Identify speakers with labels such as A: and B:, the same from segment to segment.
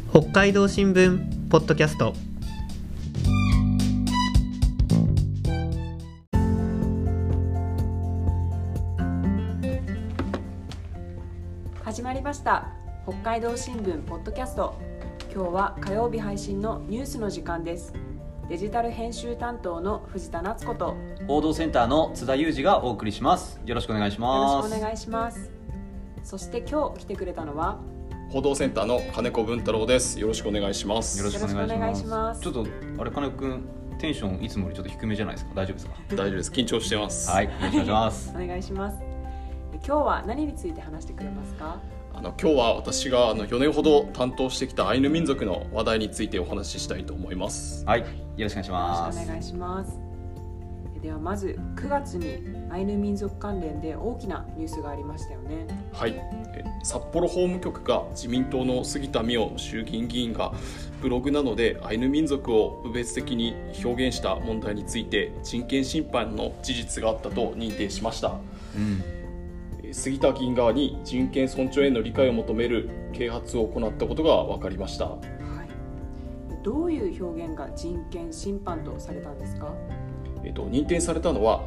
A: 北海道新聞ポッドキャスト。
B: 始まりました。北海道新聞ポッドキャスト。今日は火曜日配信のニュースの時間です。デジタル編集担当の藤田夏子と
C: 報道センターの津田裕二がお送りします。よろしくお願いします。
B: よろしくお願いします。そして今日来てくれたのは
D: 報道センターの金子文太郎です。よろしくお願いします。
C: よろしくお願いします。ちょっと金子くんテンションいつもよりちょっと低めじゃないですか。大丈夫ですか？
D: 大丈夫です。緊張してます。
C: はい、よろしくお願いします。
B: お願いします。今日は何について話してくれますか？
D: 今日は私が4年ほど担当してきたアイヌ民族の話題についてお話ししたいと思います。
C: はい、よろしくお願いします。
B: よろしくお願いします。ではまず9月にアイヌ民族関連で大きなニュースがありましたよね。
D: はい、札幌法務局が自民党の杉田水脈衆議院議員がブログなどでアイヌ民族を侮蔑的に表現した問題について人権侵犯の事実があったと認定しました。杉田議員側に人権尊重への理解を求める啓発を行ったことが分かりました。
B: どういう表現が人権侵犯とされたんですか？
D: 認定されたのは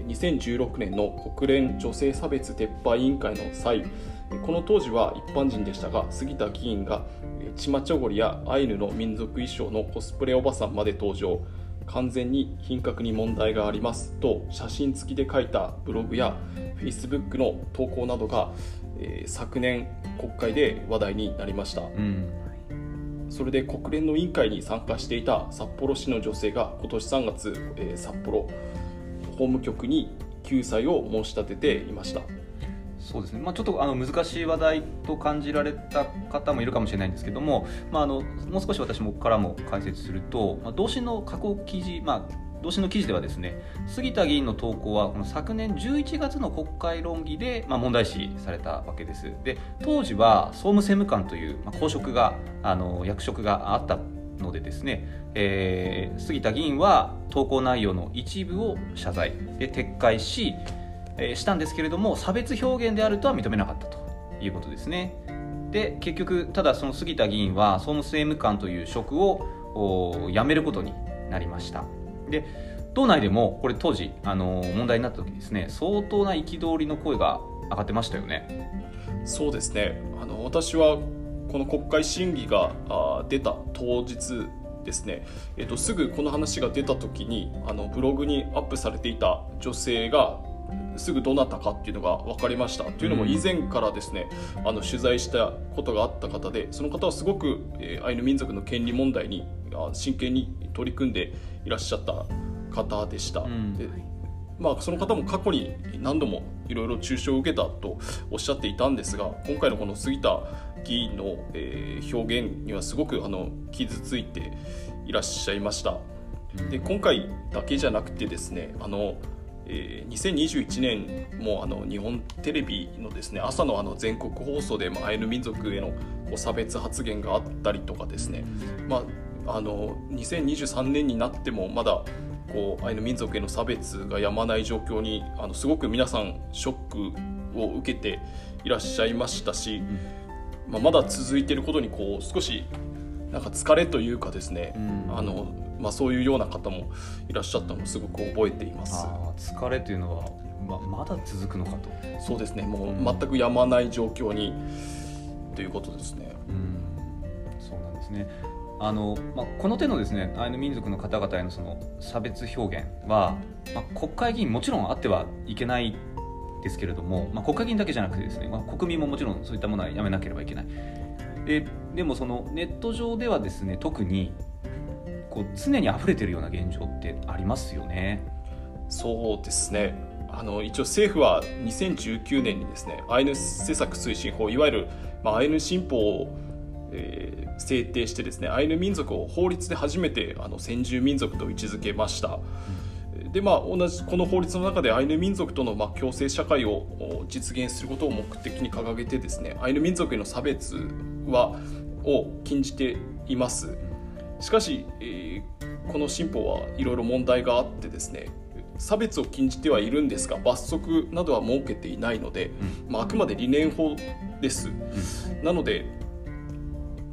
D: 2016年の国連女性差別撤廃委員会の際、この当時は一般人でしたが、杉田議員がチマチョゴリやアイヌの民族衣装のコスプレおばさんまで登場、完全に品格に問題がありますと写真付きで書いたブログや Facebook の投稿などが、昨年国会で話題になりました。それで国連の委員会に参加していた札幌市の女性が今年3月、札幌法務局に救済を申し立てていました。
C: そうですね、ちょっと難しい話題と感じられた方もいるかもしれないんですけども、もう少し私もからも解説すると、同誌の過去記事、同誌の記事ではですね、杉田議員の投稿はこの昨年11月の国会論議で、問題視されたわけです。で、当時は総務政務官という、公職が役職があったのでですね、杉田議員は投稿内容の一部を謝罪で撤回したんですけれども、差別表現であるとは認めなかったということですね。で、結局ただその杉田議員は総務政務官という職を辞めることになりました。で、党内でもこれ当時問題になった時ですね、相当な憤りの声が上がってましたよね。
D: そうですね、私はこの国会審議が出た当日ですね、すぐこの話が出た時にブログにアップされていた女性がすぐどなたかっていうのが分かりました。というのも以前からですね、取材したことがあった方で、その方はすごくアイヌ民族の権利問題に真剣に取り組んでいらっしゃった方でした。で、その方も過去に何度もいろいろ中傷を受けたとおっしゃっていたんですが、今回のこの杉田議員の表現にはすごく傷ついていらっしゃいました。で、今回だけじゃなくてですね、2021年も日本テレビのですね、朝の全国放送でアイヌ民族への差別発言があったりとかですね、2023年になってもまだアイヌ民族への差別がやまない状況にすごく皆さんショックを受けていらっしゃいましたし、まだ続いていることに少しなんか疲れというかですね、そういうような方もいらっしゃったのをすごく覚えています。
C: 疲れというのは まだ続くのかと。
D: そうですね、もう全くやまない状況にということですね。
C: そうなんですね。この手のですね、アイヌ民族の方々へのその差別表現は、国会議員もちろんあってはいけないですけれども、国会議員だけじゃなくてですね、国民ももちろんそういったものはやめなければいけない。でもそのネット上ではですね、特に常に溢れているような現状ってありますよね。
D: そうですね、一応政府は2019年にですね、アイヌ施策推進法、いわゆる、アイヌ新法を制定してですね、アイヌ民族を法律で初めて先住民族と位置づけました。で、同じこの法律の中でアイヌ民族との共生社会を実現することを目的に掲げてですね、アイヌ民族への差別を禁じています。しかし、この新法はいろいろ問題があってですね、差別を禁じてはいるんですが罰則などは設けていないので、あくまで理念法です。なので、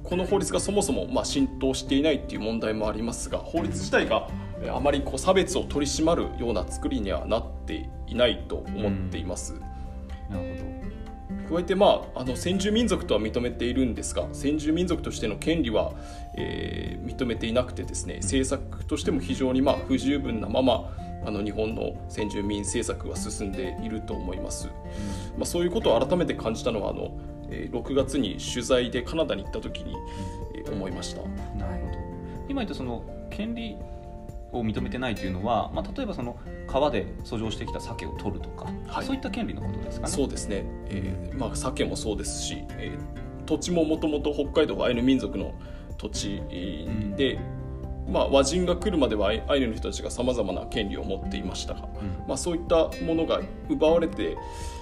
D: この法律がそもそも浸透していないっていう問題もありますが、法律自体があまり差別を取り締まるような作りにはなっていないと思っています。
C: なるほど。
D: 加えて、先住民族とは認めているんですが、先住民族としての権利は、認めていなくてですね、政策としても非常に不十分なまま日本の先住民政策は進んでいると思います。そういうことを改めて感じたのは6月に取材でカナダに行った時に、思いました。
C: なるほど。今言ったその権利を認めてないというのは、例えばその川で遡上してきた鮭を取るとか、そういった権利のことですかね。
D: そうですね、鮭もそうですし、土地ももともと北海道はアイヌ民族の土地で、和人が来るまではアイヌの人たちがさまざまな権利を持っていましたが、そういったものが奪われて、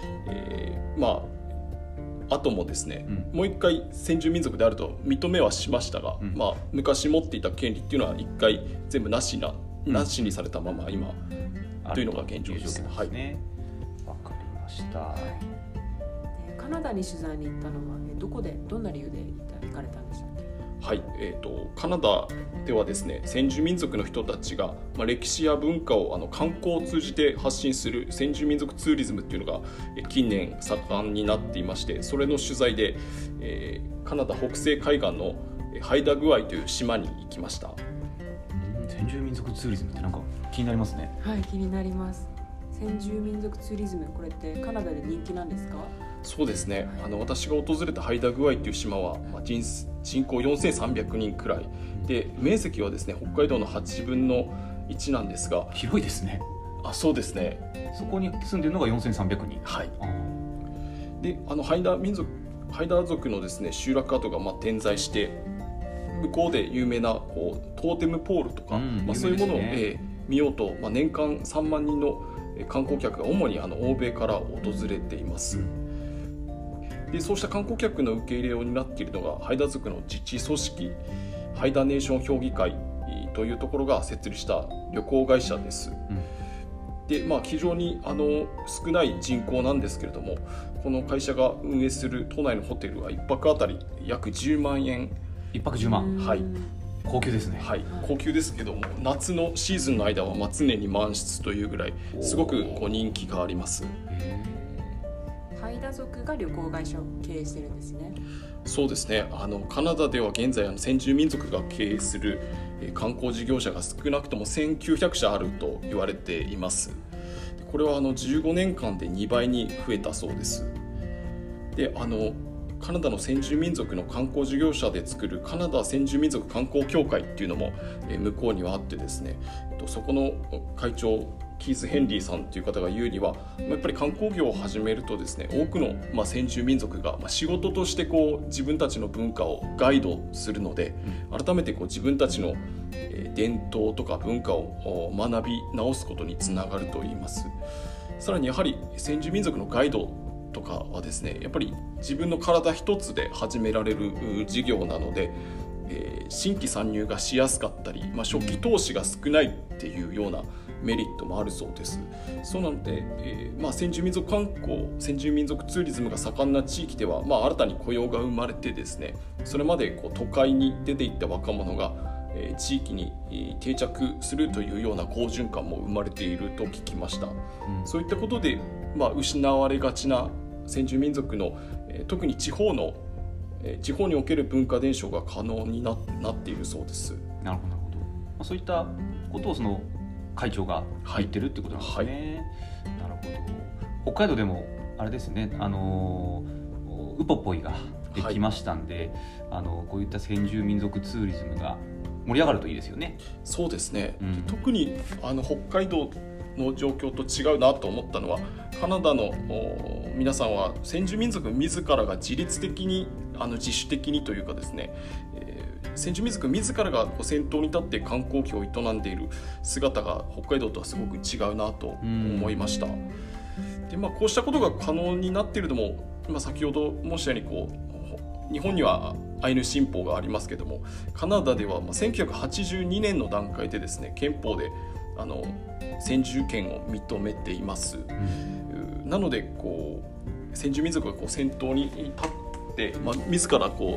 D: 後もですね、もう一回先住民族であると認めはしましたが、昔持っていた権利っていうのは一回全部なしにされたまま今というのが現状です。
C: わかりました。
B: カナダに取材に行ったのはどんな理由で行かれたんでしたっけ？
D: はい、カナダではですね、先住民族の人たちが、歴史や文化を観光を通じて発信する先住民族ツーリズムっていうのが近年盛んになっていまして、それの取材で、カナダ北西海岸のハイダグアイという島に行きました。
C: 先住民族ツーリズムってなんか気になりますね。
B: はい、気になります。先住民族ツーリズム、これってカナダで人気なんですか？
D: そうですね、私が訪れたハイダグアイという島は、人口4300人くらいで、面積はですね北海道の8分の1なんですが、
C: 広いですね。
D: そうですね。
C: そこに住んでいるのが4300人。
D: はい。で、ハイダー族のですね集落跡が点在して、向こうで有名なトーテムポールとか、そういうものを、見ようと、年間3万人の観光客が主に欧米から訪れています。でそうした観光客の受け入れを担っているのがハイダ族の自治組織ハイダネーション評議会というところが設立した旅行会社です。で非常に少ない人口なんですけれども、この会社が運営する都内のホテルは1泊あたり約10万円。
C: 1泊10万。
D: はい。
C: 高級ですね。
D: はい、高級ですけども、夏のシーズンの間は常に満室というぐらいすごく人気があります。
B: ハイダ族が旅行会社を経営してるんですね。
D: そうですね。カナダでは現在先住民族が経営する観光事業者が少なくとも1900社あると言われています。これは15年間で2倍に増えたそうです。でカナダの先住民族の観光事業者で作るカナダ先住民族観光協会っていうのも向こうにはあってですね、そこの会長キース・ヘンリーさんという方が言うには、やっぱり観光業を始めるとですね、多くの先住民族が仕事として自分たちの文化をガイドするので、改めて自分たちの伝統とか文化を学び直すことにつながると言います。さらにやはり先住民族のガイドとかはですね、やっぱり自分の体一つで始められる事業なので、新規参入がしやすかったり、初期投資が少ないっていうようなメリットもあるそうです。そうなので、先住民族観光、先住民族ツーリズムが盛んな地域では、新たに雇用が生まれてですね、それまで都会に出ていった若者が地域に定着するというような好循環も生まれていると聞きました。そういったことで、失われがちな先住民族の特に地方における文化伝承が可能になっているそうです。
C: なるほど、なるほど。そういったことをその会長が言ってるってことなんですね。なるほど。北海道でもあれですね、ウポポイができましたんで、こういった先住民族ツーリズムが盛り上がるといいですよね。
D: そうですね。特に北海道の状況と違うなと思ったのは、カナダの皆さんは先住民族自らが自律的に自主的にというかですね、先住民族自らが先頭に立って観光業を営んでいる姿が北海道とはすごく違うなと思いました。でこうしたことが可能になっているのも、先ほど申したように日本にはアイヌ新法がありますけども、カナダでは1982年の段階でですね、憲法で先住権を認めています。なので先住民族が先頭に立って、自ら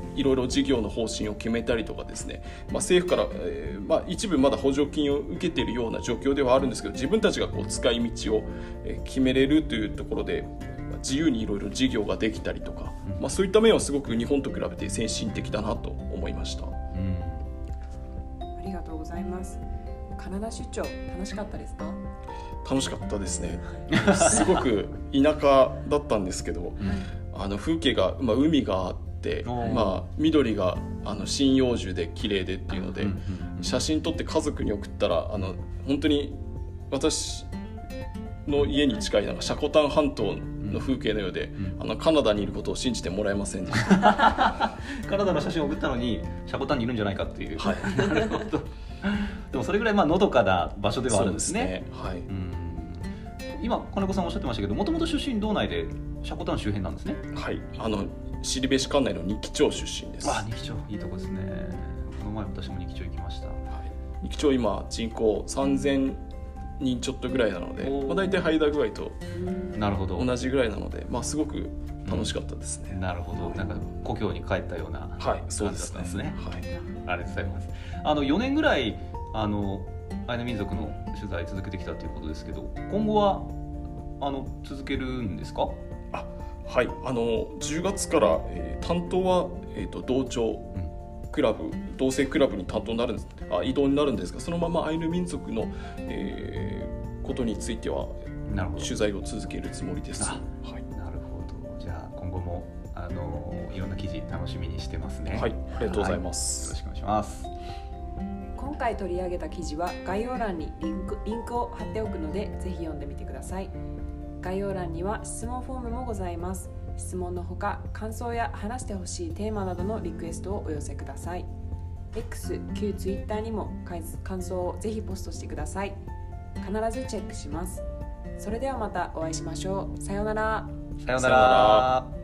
D: いろいろ事業の方針を決めたりとかですね、政府から、一部まだ補助金を受けているような状況ではあるんですけど、自分たちがこう使い道を決めれるというところで自由にいろいろ事業ができたりとか、そういった面はすごく日本と比べて先進的だなと思いました。
B: ありがとうございます。カナダ出張楽しかったですか？
D: 楽しかったですね。すごく田舎だったんですけど、風景が、海があって、緑が針葉樹で綺麗でっていうので、写真撮って家族に送ったら本当に私の家に近いシャコタン半島の風景のようで、カナダにいることを信じてもらえませんでした。
C: カナダの写真を送ったのにシャコタンにいるんじゃないかっていう、はい、なるほど。でもそれぐらいのどかな場所ではあるんですね。
D: はい、
C: 今金子さんおっしゃってましたけど、もともと出身道内でシャコタン周辺なんですね。
D: はい、後部市管内の二木町出身です。
C: 二木町いいとこですね。この前私も二木町行きました。
D: 二木町今人口3000人ちょっとぐらいなので、だいたいハイダ具合と同じぐらいなので、すごく楽しかったですね。
C: なるほど。なんか故郷に帰ったような感じだったんですね。はい、ありがとうございます。4年ぐらいアイヌ民族の取材続けてきたということですけど、今後は続けるんですか？
D: はい、10月から、担当は、同庁クラブ、同性クラブに担当になるんです、異動になるんですが、そのままアイヌ民族の、ことについては取材を続けるつもりです。
C: はい、なるほど。じゃあ今後もいろんな記事楽しみにしてますね。
D: はい、ありがとうございます。
C: よろしくお願いします。
B: 今回取り上げた記事は概要欄にリンクを貼っておくので、ぜひ読んでみてください。概要欄には質問フォームもございます。質問のほか、感想や話してほしいテーマなどのリクエストをお寄せください。X、旧 Twitter にも感想をぜひポストしてください。必ずチェックします。それではまたお会いしましょう。さようなら。
C: さようなら。